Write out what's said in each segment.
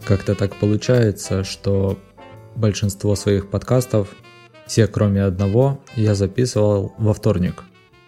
Как-то так получается, что большинство своих подкастов, все кроме одного, я записывал во вторник.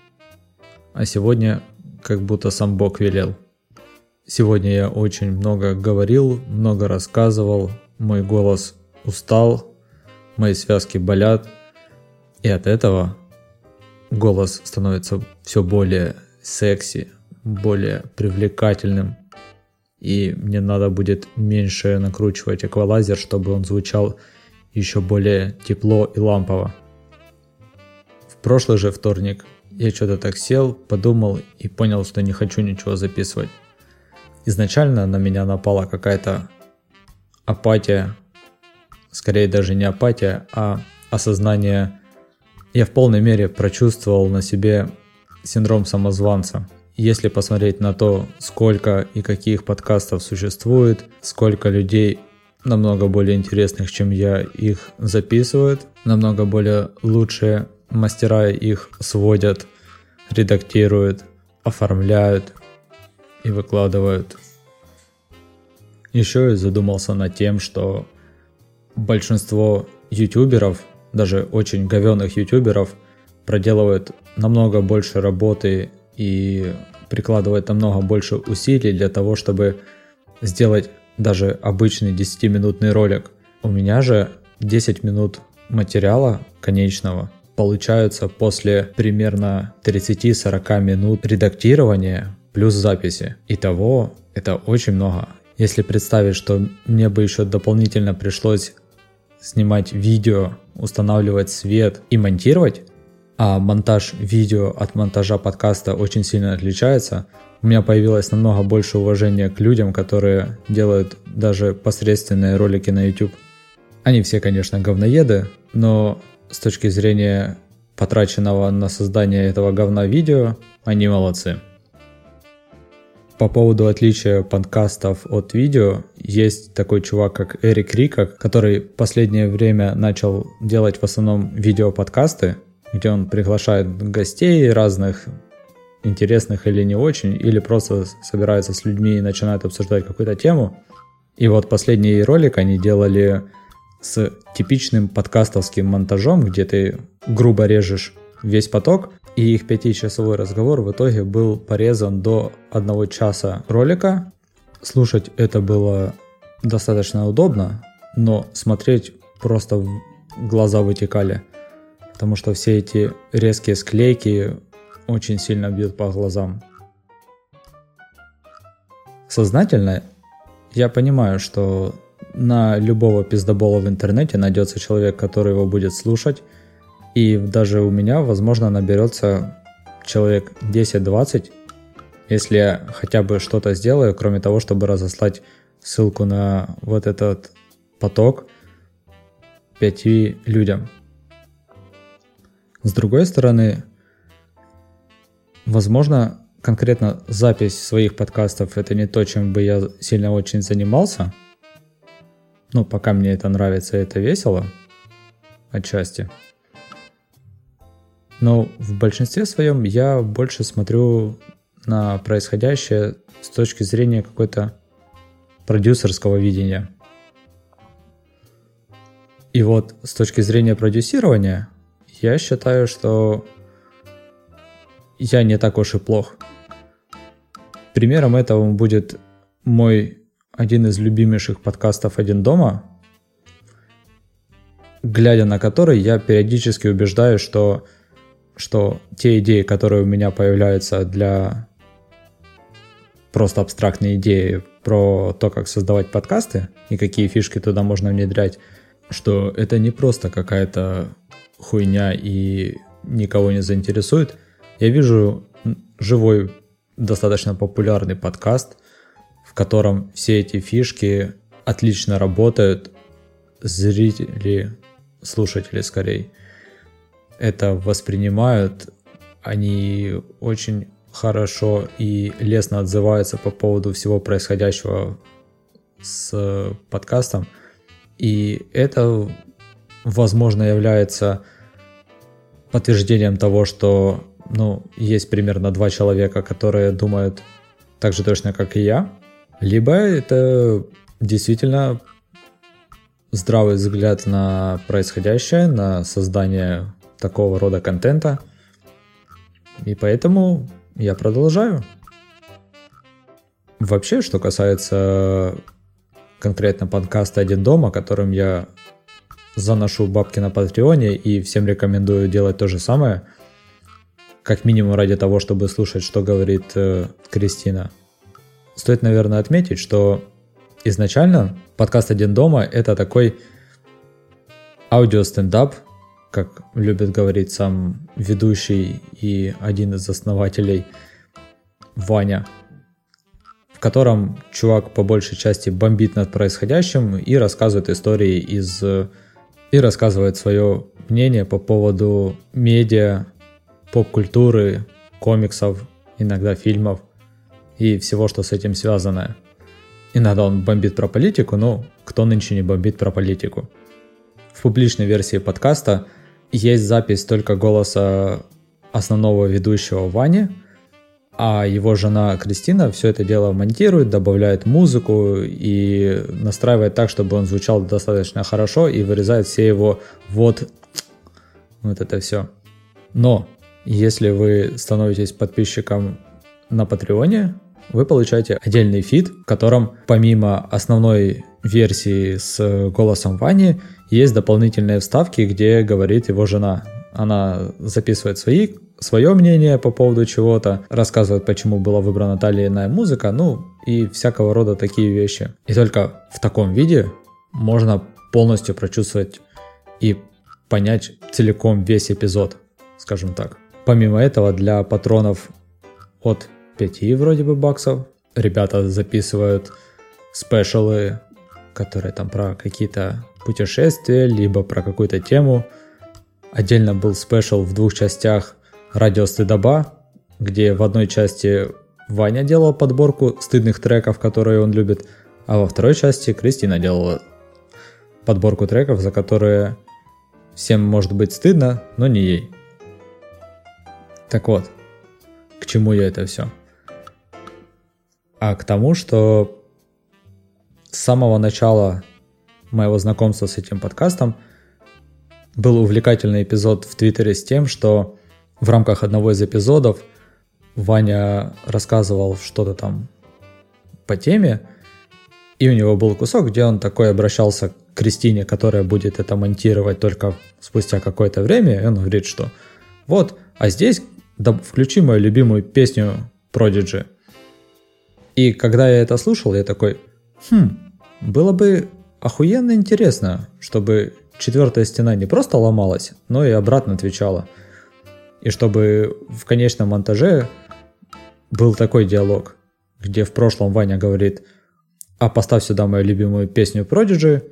А сегодня как будто сам Бог велел. Сегодня я очень много говорил, много рассказывал, мой голос устал, мои связки болят. И от этого голос становится все более секси, более привлекательным. И мне надо будет меньше накручивать эквалайзер, чтобы он звучал еще более тепло и лампово. В прошлый же вторник я что-то так сел, подумал и понял, что не хочу ничего записывать. Изначально на меня напала какая-то апатия, скорее даже не апатия, а осознание. Я в полной мере прочувствовал на себе синдром самозванца. Если посмотреть на то, сколько и каких подкастов существует, сколько людей намного более интересных, чем я, их записывают, намного более лучшие мастера их сводят, редактируют, оформляют и выкладывают. Еще я задумался над тем, что большинство ютуберов, даже очень говёных ютуберов, проделывают намного больше работы и прикладывают намного больше усилий для того, чтобы сделать даже обычный 10-минутный ролик. У меня же 10 минут материала конечного получаются после примерно 30-40 минут редактирования плюс записи. Итого это очень много. Если представить, что мне бы еще дополнительно пришлось снимать видео, устанавливать свет и монтировать, а монтаж видео от монтажа подкаста очень сильно отличается, у меня появилось намного больше уважения к людям, которые делают даже посредственные ролики на YouTube. Они все, конечно, говноеды, но с точки зрения потраченного на создание этого говна видео, они молодцы. По поводу отличия подкастов от видео, есть такой чувак, как Эрик Рика, который в последнее время начал делать в основном видеоподкасты, где он приглашает гостей разных, интересных или не очень, или просто собирается с людьми и начинает обсуждать какую-то тему. И вот последний ролик они делали с типичным подкастовским монтажом, где ты грубо режешь весь поток, и их 5-часовой разговор в итоге был порезан до 1 часа ролика. Слушать это было достаточно удобно, но смотреть просто глаза вытекали, потому что все эти резкие склейки очень сильно бьют по глазам. Сознательно я понимаю, что на любого пиздобола в интернете найдется человек, который его будет слушать, и даже у меня, возможно, наберется человек 10-20, если я хотя бы что-то сделаю, кроме того, чтобы разослать ссылку на вот этот поток 5 людям. С другой стороны, возможно, конкретно запись своих подкастов — это не то, чем бы я сильно очень занимался. Ну, пока мне это нравится, это весело, отчасти. Но в большинстве своем я больше смотрю на происходящее с точки зрения какой-то продюсерского видения. И вот с точки зрения продюсирования я считаю, что я не так уж и плох. Примером этого будет мой один из любимейших подкастов «Один дома», глядя на который я периодически убеждаюсь, что те идеи, которые у меня появляются для просто абстрактные идеи про то, как создавать подкасты и какие фишки туда можно внедрять, что это не просто какая-то хуйня и никого не заинтересует. Я вижу живой, достаточно популярный подкаст, в котором все эти фишки отлично работают. Зрители, слушатели скорее, это воспринимают, они очень хорошо и лестно отзываются по поводу всего происходящего с подкастом. И это, возможно, является подтверждением того, что есть примерно 2 человека, которые думают так же точно, как и я. Либо это действительно здравый взгляд на происходящее, на создание такого рода контента. И поэтому я продолжаю. Вообще, что касается конкретно подкаста «Один дома», которым я заношу бабки на Патреоне и всем рекомендую делать то же самое, как минимум ради того, чтобы слушать, что говорит Кристина. Стоит, наверное, отметить, что изначально подкаст «Один дома» — это такой аудиостендап, как любит говорить сам ведущий и один из основателей Ваня, в котором чувак по большей части бомбит над происходящим и рассказывает истории и рассказывает свое мнение по поводу медиа, поп-культуры, комиксов, иногда фильмов и всего, что с этим связано. Иногда он бомбит про политику, но кто нынче не бомбит про политику? В публичной версии подкаста есть запись только голоса основного ведущего Вани, а его жена Кристина все это дело монтирует, добавляет музыку и настраивает так, чтобы он звучал достаточно хорошо и вырезает все его вот это все. Но если вы становитесь подписчиком на Патреоне, вы получаете отдельный фид, в котором помимо основной версии с голосом Вани есть дополнительные вставки, где говорит его жена. Она записывает свое мнение по поводу чего-то, рассказывает, почему была выбрана та или иная музыка, ну и всякого рода такие вещи. И только в таком виде можно полностью прочувствовать и понять целиком весь эпизод, скажем так. Помимо этого, для патронов от 5 вроде бы баксов ребята записывают спешалы, которые там про какие-то путешествия, либо про какую-то тему. Отдельно был спешл в 2 частях «Радио Стыдоба», где в одной части Ваня делал подборку стыдных треков, которые он любит, а во второй части Кристина делала подборку треков, за которые всем может быть стыдно, но не ей. Так вот, к чему я это все? А к тому, что с самого начала моего знакомства с этим подкастом был увлекательный эпизод в Твиттере с тем, что в рамках одного из эпизодов Ваня рассказывал что-то там по теме, и у него был кусок, где он такой обращался к Кристине, которая будет это монтировать только спустя какое-то время, и он говорит, что вот, а здесь включи мою любимую песню Prodigy. И когда я это слушал, я такой, было бы охуенно интересно, чтобы 4-я стена не просто ломалась, но и обратно отвечала. И чтобы в конечном монтаже был такой диалог, где в прошлом Ваня говорит, а поставь сюда мою любимую песню Prodigy,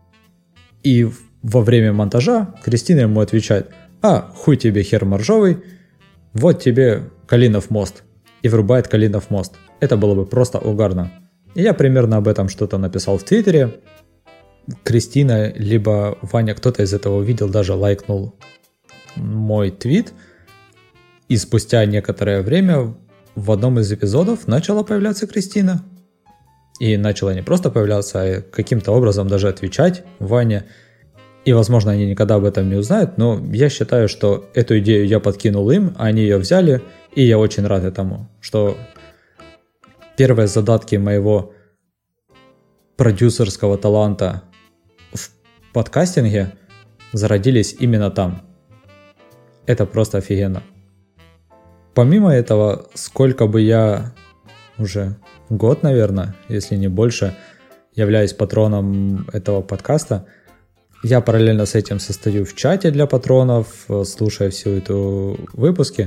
и во время монтажа Кристина ему отвечает, а, хуй тебе хер моржовый, вот тебе Калинов мост. И врубает Калинов мост. Это было бы просто угарно. И я примерно об этом что-то написал в Твиттере. Кристина, либо Ваня, кто-то из этого увидел, даже лайкнул мой твит. И спустя некоторое время в одном из эпизодов начала появляться Кристина. И начала не просто появляться, а каким-то образом даже отвечать Ване. И, возможно, они никогда об этом не узнают, но я считаю, что эту идею я подкинул им, они ее взяли, и я очень рад этому, что первые задатки моего продюсерского таланта в подкастинге зародились именно там. Это просто офигенно. Помимо этого, сколько бы я уже год, наверное, если не больше, являюсь патроном этого подкаста, я параллельно с этим состою в чате для патронов, слушая всю эту выпуски.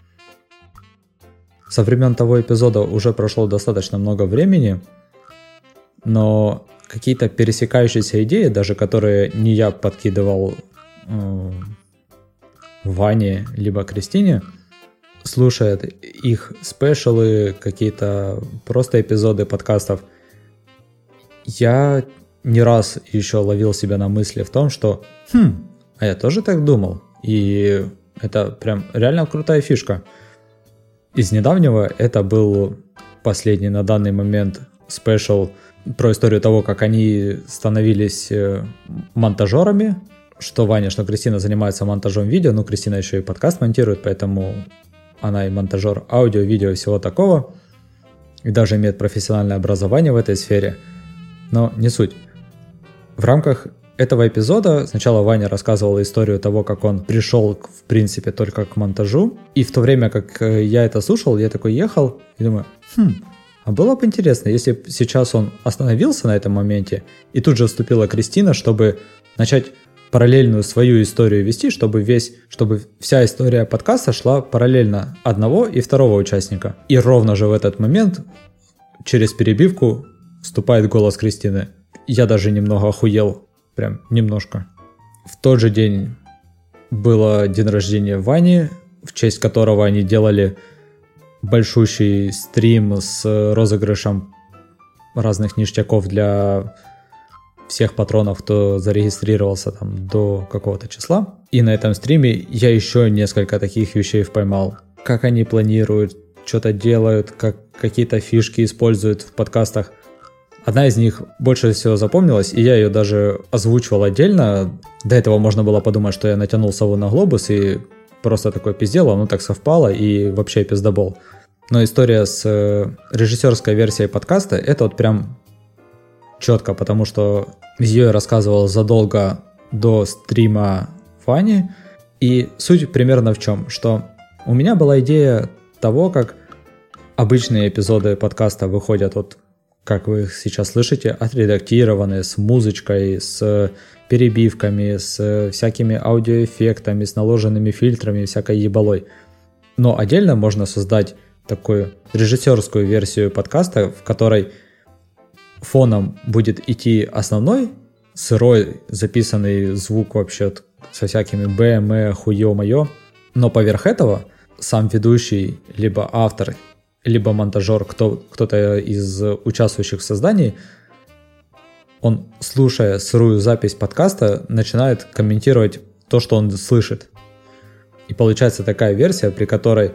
Со времен того эпизода уже прошло достаточно много времени, но какие-то пересекающиеся идеи, даже которые не я подкидывал Ване либо Кристине, слушая их спешалы, какие-то просто эпизоды подкастов, я не раз еще ловил себя на мысли в том, что а я тоже так думал. И это прям реально крутая фишка. Из недавнего это был последний на данный момент спешл про историю того, как они становились монтажерами, что Ваня, что Кристина занимаются монтажом видео, ну, Кристина еще и подкаст монтирует, поэтому она и монтажер аудио, видео и всего такого, и даже имеет профессиональное образование в этой сфере, но не суть. В рамках этого эпизода сначала Ваня рассказывал историю того, как он пришел, в принципе, только к монтажу, и в то время, как я это слушал, я такой ехал и думаю, а было бы интересно, если бы сейчас он остановился на этом моменте, и тут же вступила Кристина, чтобы начать параллельную свою историю вести, чтобы вся история подкаста шла параллельно одного и второго участника. И ровно же в этот момент, через перебивку, вступает голос Кристины. Я даже немного охуел, прям немножко. В тот же день было день рождения Вани, в честь которого они делали большущий стрим с розыгрышем разных ништяков для всех патронов, кто зарегистрировался там до какого-то числа. И на этом стриме я еще несколько таких вещей поймал. Как они планируют, что-то делают, как какие-то фишки используют в подкастах. Одна из них больше всего запомнилась, и я ее даже озвучивал отдельно. До этого можно было подумать, что я натянул сову на глобус и просто такое пиздел, оно так совпало, и вообще пиздобол. Но история с режиссерской версией подкаста, это вот прям четко, потому что ее я рассказывал задолго до стрима Вани, и суть примерно в чем, что у меня была идея того, как обычные эпизоды подкаста выходят, вот как вы их сейчас слышите, отредактированные, с музычкой, с перебивками, с всякими аудиоэффектами, с наложенными фильтрами, всякой ебалой. Но отдельно можно создать такую режиссерскую версию подкаста, в которой фоном будет идти основной, сырой, записанный звук вообще со всякими БМ, хуё-моё. Но поверх этого сам ведущий, либо автор, либо монтажер, кто-то из участвующих в создании, он, слушая сырую запись подкаста, начинает комментировать то, что он слышит. И получается такая версия, при которой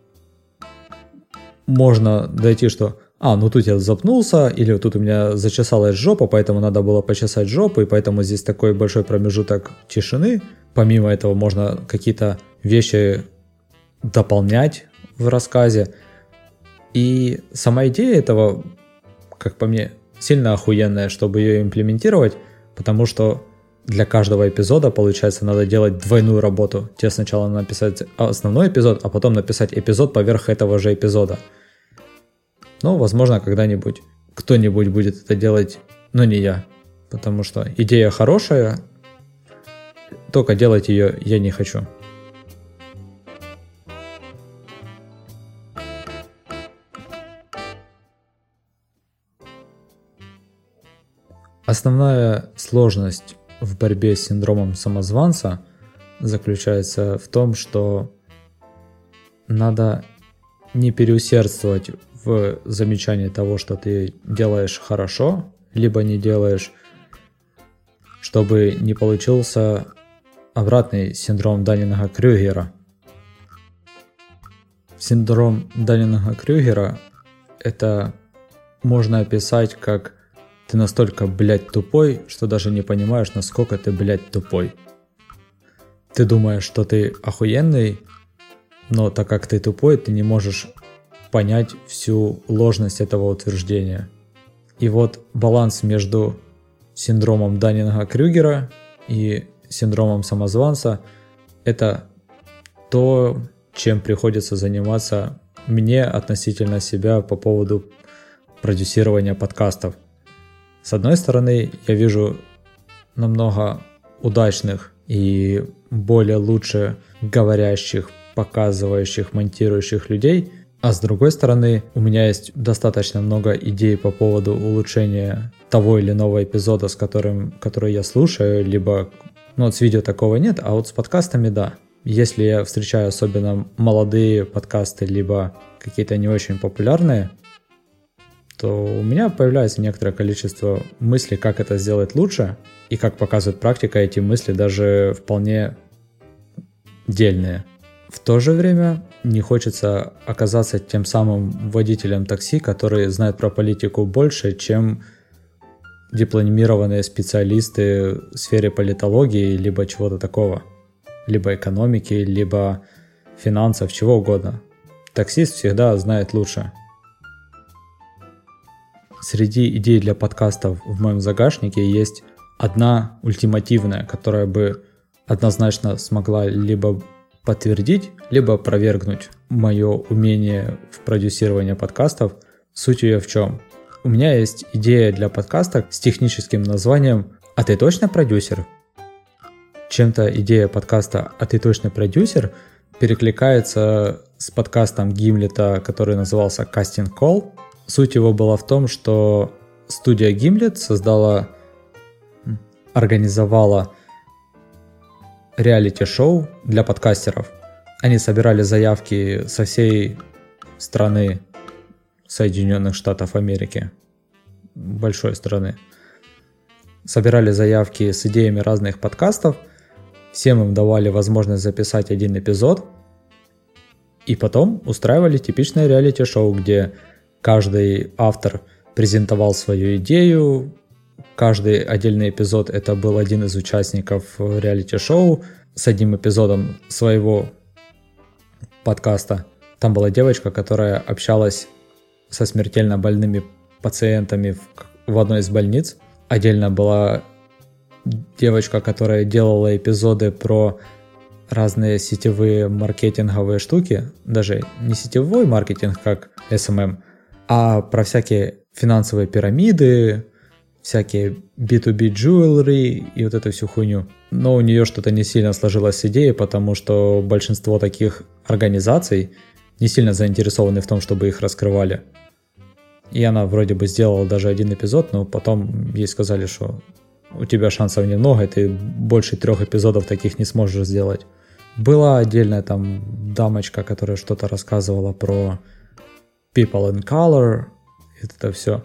можно дойти, что ну тут я запнулся, или вот тут у меня зачесалась жопа, поэтому надо было почесать жопу, и поэтому здесь такой большой промежуток тишины. Помимо этого можно какие-то вещи дополнять в рассказе. И сама идея этого, как по мне, сильно охуенная, чтобы ее имплементировать, потому что для каждого эпизода, получается, надо делать двойную работу. Тебе сначала написать основной эпизод, а потом написать эпизод поверх этого же эпизода. Но, возможно, когда-нибудь кто-нибудь будет это делать, но не я. Потому что идея хорошая, только делать ее я не хочу. Основная сложность в борьбе с синдромом самозванца заключается в том, что надо не переусердствовать в замечании того, что ты делаешь хорошо, либо не делаешь, чтобы не получился обратный синдром Даннинга-Крюгера. Синдром Даннинга-Крюгера это можно описать как ты настолько, блядь, тупой, что даже не понимаешь, насколько ты, блядь, тупой. Ты думаешь, что ты охуенный, но так как ты тупой, ты не можешь понять всю ложность этого утверждения. И вот баланс между синдромом Даннинга-Крюгера и синдромом самозванца – это то, чем приходится заниматься мне относительно себя по поводу продюсирования подкастов. С одной стороны, я вижу намного удачных и более лучше говорящих, показывающих, монтирующих людей, а с другой стороны, у меня есть достаточно много идей по поводу улучшения того или иного эпизода, который я слушаю, либо, с видео такого нет, а вот с подкастами да. Если я встречаю особенно молодые подкасты, либо какие-то не очень популярные, то у меня появляется некоторое количество мыслей, как это сделать лучше, и как показывает практика, эти мысли даже вполне дельные. В то же время не хочется оказаться тем самым водителем такси, который знает про политику больше, чем дипломированные специалисты в сфере политологии, либо чего-то такого, либо экономики, либо финансов, чего угодно. Таксист всегда знает лучше. Среди идей для подкастов в моем загашнике есть одна ультимативная, которая бы однозначно смогла либо подтвердить, либо опровергнуть мое умение в продюсировании подкастов. Суть ее в чем? У меня есть идея для подкаста с техническим названием «А ты точно продюсер?». Чем-то идея подкаста «А ты точно продюсер?» перекликается с подкастом Гимлета, который назывался «Casting Call». Суть его была в том, что студия Gimlet организовала реалити-шоу для подкастеров. Они собирали заявки со всей страны Соединенных Штатов Америки, большой страны. Собирали заявки с идеями разных подкастов, всем им давали возможность записать один эпизод, и потом устраивали типичное реалити-шоу, где каждый автор презентовал свою идею, каждый отдельный эпизод это был один из участников реалити-шоу с одним эпизодом своего подкаста. Там была девочка, которая общалась со смертельно больными пациентами в одной из больниц. Отдельно была девочка, которая делала эпизоды про разные сетевые маркетинговые штуки, даже не сетевой маркетинг, как SMM, а про всякие финансовые пирамиды, всякие B2B jewelry и вот эту всю хуйню. Но у нее что-то не сильно сложилось с идеей, потому что большинство таких организаций не сильно заинтересованы в том, чтобы их раскрывали. И она вроде бы сделала даже один эпизод, но потом ей сказали, что у тебя шансов немного, и ты больше 3 эпизодов таких не сможешь сделать. Была отдельная там дамочка, которая что-то рассказывала про People in Color, и это все.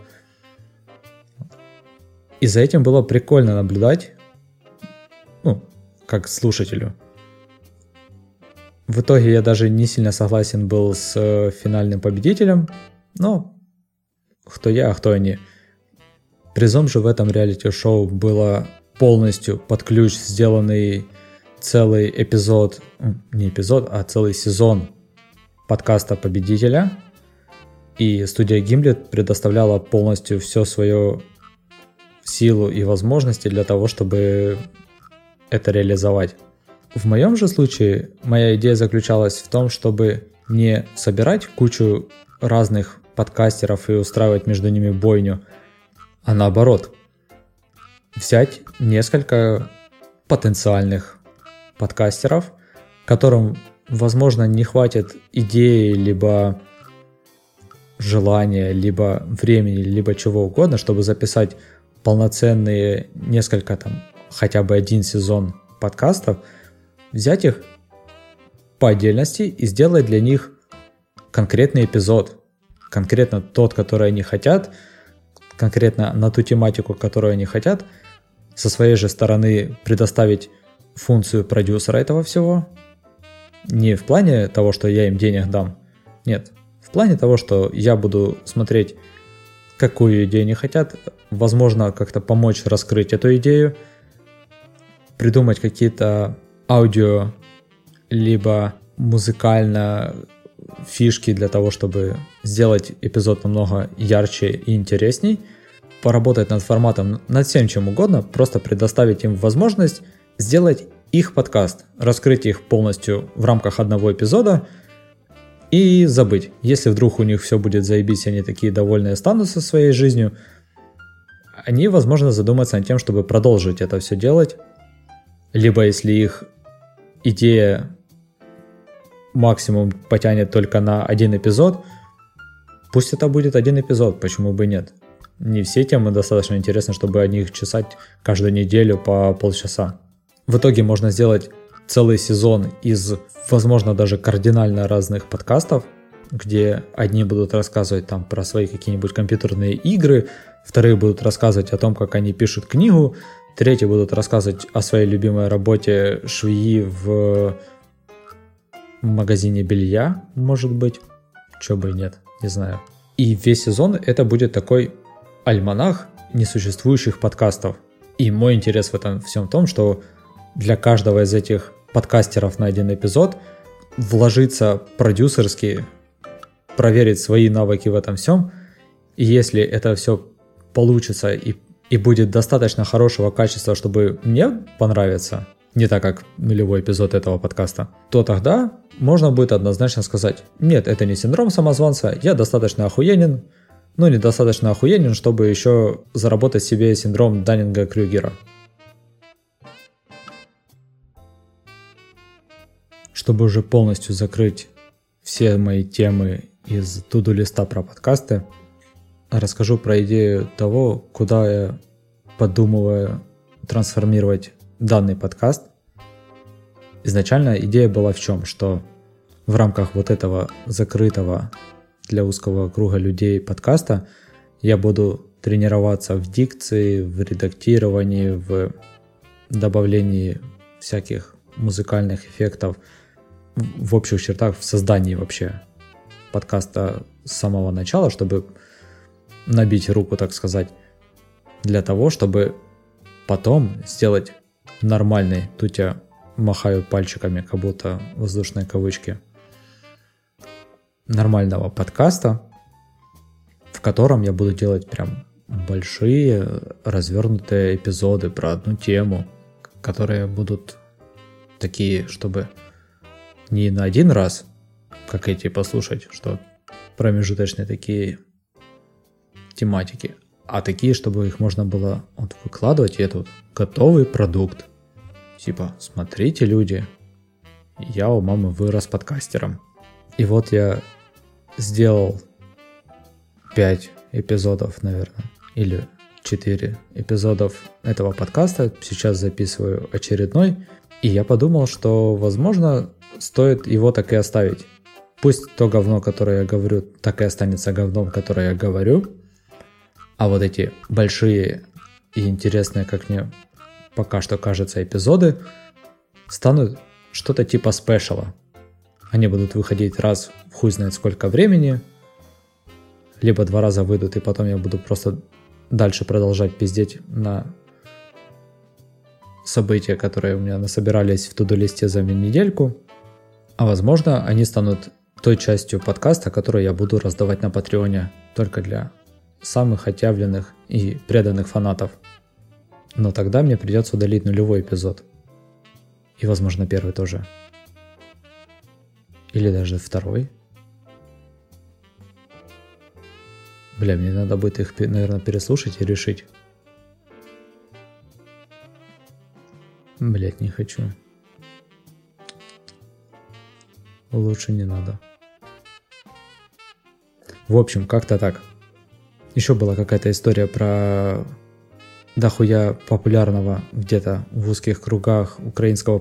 И за этим было прикольно наблюдать, как слушателю. В итоге я даже не сильно согласен был с финальным победителем, но кто я, а кто они. Призом же в этом реалити-шоу было полностью под ключ сделанный целый эпизод, не эпизод, а целый сезон подкаста победителя. И студия Gimlet предоставляла полностью все свою силу и возможности для того, чтобы это реализовать. В моем же случае моя идея заключалась в том, чтобы не собирать кучу разных подкастеров и устраивать между ними бойню, а наоборот, взять несколько потенциальных подкастеров, которым, возможно, не хватит идеи, либо желания, либо времени, либо чего угодно, чтобы записать полноценные несколько там, хотя бы один сезон подкастов, взять их по отдельности и сделать для них конкретный эпизод, конкретно тот, который они хотят, конкретно на ту тематику, которую они хотят, со своей же стороны предоставить функцию продюсера этого всего. Не в плане того, что я им денег дам, нет, в плане того, что я буду смотреть, какую идею они хотят, возможно, как-то помочь раскрыть эту идею, придумать какие-то аудио, либо музыкально фишки для того, чтобы сделать эпизод намного ярче и интересней, поработать над форматом, над всем чем угодно, просто предоставить им возможность сделать их подкаст, раскрыть их полностью в рамках одного эпизода и забыть. Если вдруг у них все будет заебись, они такие довольные останутся своей жизнью, они, возможно, задумаются над тем, чтобы продолжить это все делать. Либо если их идея максимум потянет только на один эпизод, пусть это будет один эпизод, почему бы нет. Не все темы достаточно интересны, чтобы о них чесать каждую неделю по полчаса. В итоге можно сделать целый сезон из, возможно, даже кардинально разных подкастов, где одни будут рассказывать там про свои какие-нибудь компьютерные игры, вторые будут рассказывать о том, как они пишут книгу, третьи будут рассказывать о своей любимой работе швеи в магазине белья, может быть. Чё бы и нет, не знаю. И весь сезон это будет такой альманах несуществующих подкастов. И мой интерес в этом всем в том, что для каждого из этих подкастеров на один эпизод вложиться продюсерски, проверить свои навыки в этом всем. И если это все получится и будет достаточно хорошего качества, чтобы мне понравиться, не так как нулевой эпизод этого подкаста, то тогда можно будет однозначно сказать: нет, это не синдром самозванца, я достаточно охуенен, но недостаточно охуенен, чтобы еще заработать себе синдром Даннинга-Крюгера. Чтобы уже полностью закрыть все мои темы из to-do листа про подкасты, расскажу про идею того, куда я подумываю трансформировать данный подкаст. Изначально идея была в чем? Что в рамках вот этого закрытого для узкого круга людей подкаста я буду тренироваться в дикции, в редактировании, в добавлении всяких музыкальных эффектов, в общих чертах в создании вообще подкаста с самого начала, чтобы набить руку, так сказать, для того, чтобы потом сделать нормальный, тут я махаю пальчиками, как будто воздушные кавычки, нормального подкаста, в котором я буду делать прям большие развернутые эпизоды про одну тему, которые будут такие, чтобы не на один раз, как эти послушать, что промежуточные такие тематики, а такие, чтобы их можно было вот выкладывать, и это вот готовый продукт. Типа, смотрите, люди, я у мамы вырос подкастером. И вот я сделал 5 эпизодов, наверное, или 4 эпизодов этого подкаста. Сейчас записываю очередной. И я подумал, что, возможно, стоит его так и оставить. Пусть то говно, которое я говорю, так и останется говном, которое я говорю. А вот эти большие и интересные, как мне пока что кажется, эпизоды станут что-то типа спешала. Они будут выходить раз в хуй знает сколько времени, либо 2 раза выйдут, и потом я буду просто дальше продолжать пиздеть на события, которые у меня насобирались в to-do листе за недельку. А возможно, они станут той частью подкаста, которую я буду раздавать на Патреоне только для самых отъявленных и преданных фанатов. Но тогда мне придется удалить нулевой эпизод. И, возможно, первый тоже. Или даже второй. Бля, мне надо будет их, наверное, переслушать и решить. Блять, не хочу. Лучше не надо. В общем, как-то так. Еще была какая-то история про дохуя популярного где-то в узких кругах украинского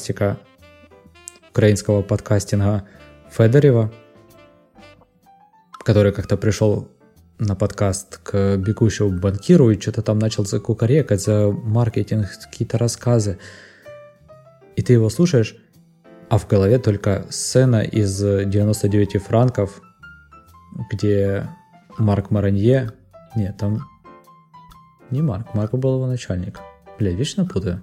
подкастинга Федорева, который как-то пришел на подкаст к бегущему банкиру и что-то там начал закукарекать за маркетинг, какие-то рассказы. И ты его слушаешь, а в голове только сцена из 99 франков, где Марк Маранье... Нет, там не Марк был его начальник. Бля, вечно путаю.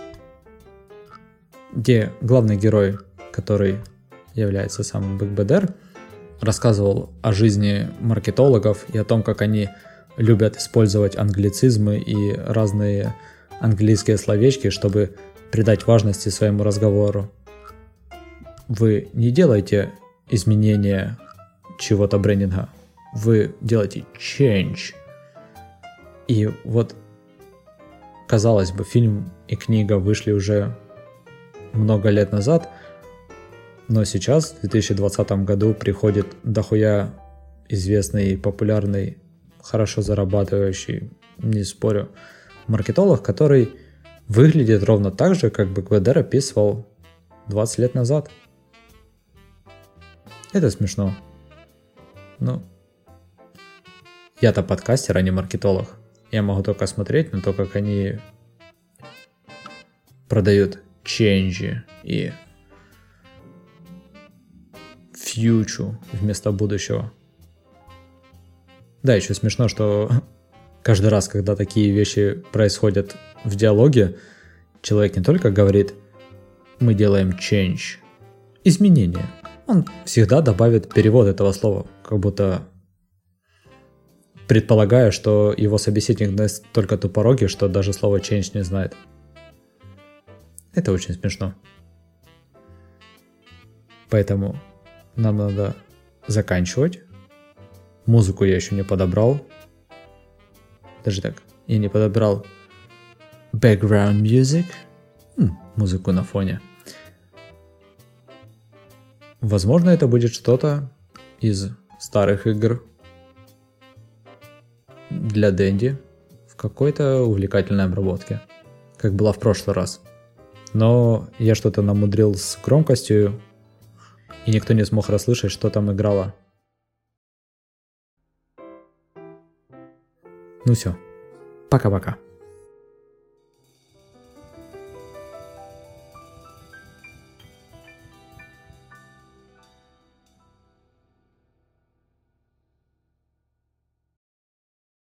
Где главный герой, который является самым БГБДР, рассказывал о жизни маркетологов и о том, как они любят использовать англицизмы и разные английские словечки, чтобы придать важности своему разговору. Вы не делаете изменения чего-то брендинга, вы делаете change. И вот, казалось бы, фильм и книга вышли уже много лет назад, но сейчас, в 2020 году, приходит дохуя известный, популярный, хорошо зарабатывающий, не спорю, маркетолог, который выглядит ровно так же, как БГБДР описывал 20 лет назад. Это смешно. Ну, я-то подкастер, а не маркетолог. Я могу только смотреть на то, как они продают ченджи и фьючу вместо будущего. Да, еще смешно, что каждый раз, когда такие вещи происходят в диалоге, человек не только говорит «мы делаем change», изменение. Он всегда добавит перевод этого слова, как будто предполагая, что его собеседник настолько тупорогий, что даже слово change не знает. Это очень смешно. Поэтому нам надо заканчивать. Музыку я еще не подобрал. Даже так, я не подобрал background music, музыку на фоне. Возможно, это будет что-то из старых игр для Dendy в какой-то увлекательной обработке, как было в прошлый раз. Но я что-то намудрил с громкостью, и никто не смог расслышать, что там играло. Ну все, пока-пока.